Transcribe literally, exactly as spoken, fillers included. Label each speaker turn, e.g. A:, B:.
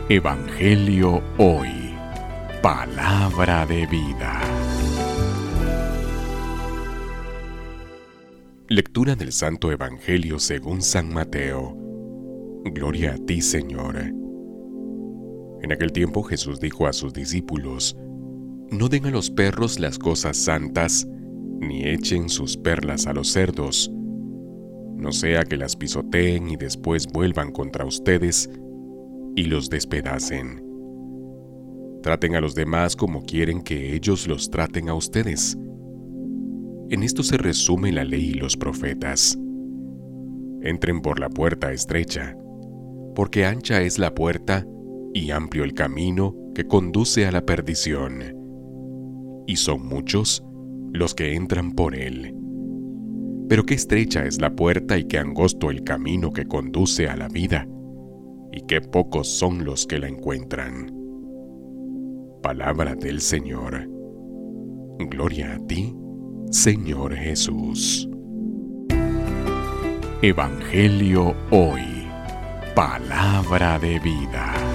A: Evangelio Hoy. Palabra de vida. Lectura del Santo Evangelio según San Mateo. Gloria a ti, Señor. En aquel tiempo Jesús dijo a sus discípulos: No den a los perros las cosas santas, ni echen sus perlas a los cerdos, no sea que las pisoteen y después vuelvan contra ustedes y los despedacen. Traten a los demás como quieren que ellos los traten a ustedes. En esto se resume la ley y los profetas. Entren por la puerta estrecha, porque ancha es la puerta y amplio el camino que conduce a la perdición, y son muchos los que entran por él. Pero qué estrecha es la puerta y qué angosto el camino que conduce a la vida, y qué pocos son los que la encuentran. Palabra del Señor. Gloria a ti, Señor Jesús. Evangelio Hoy. Palabra de vida.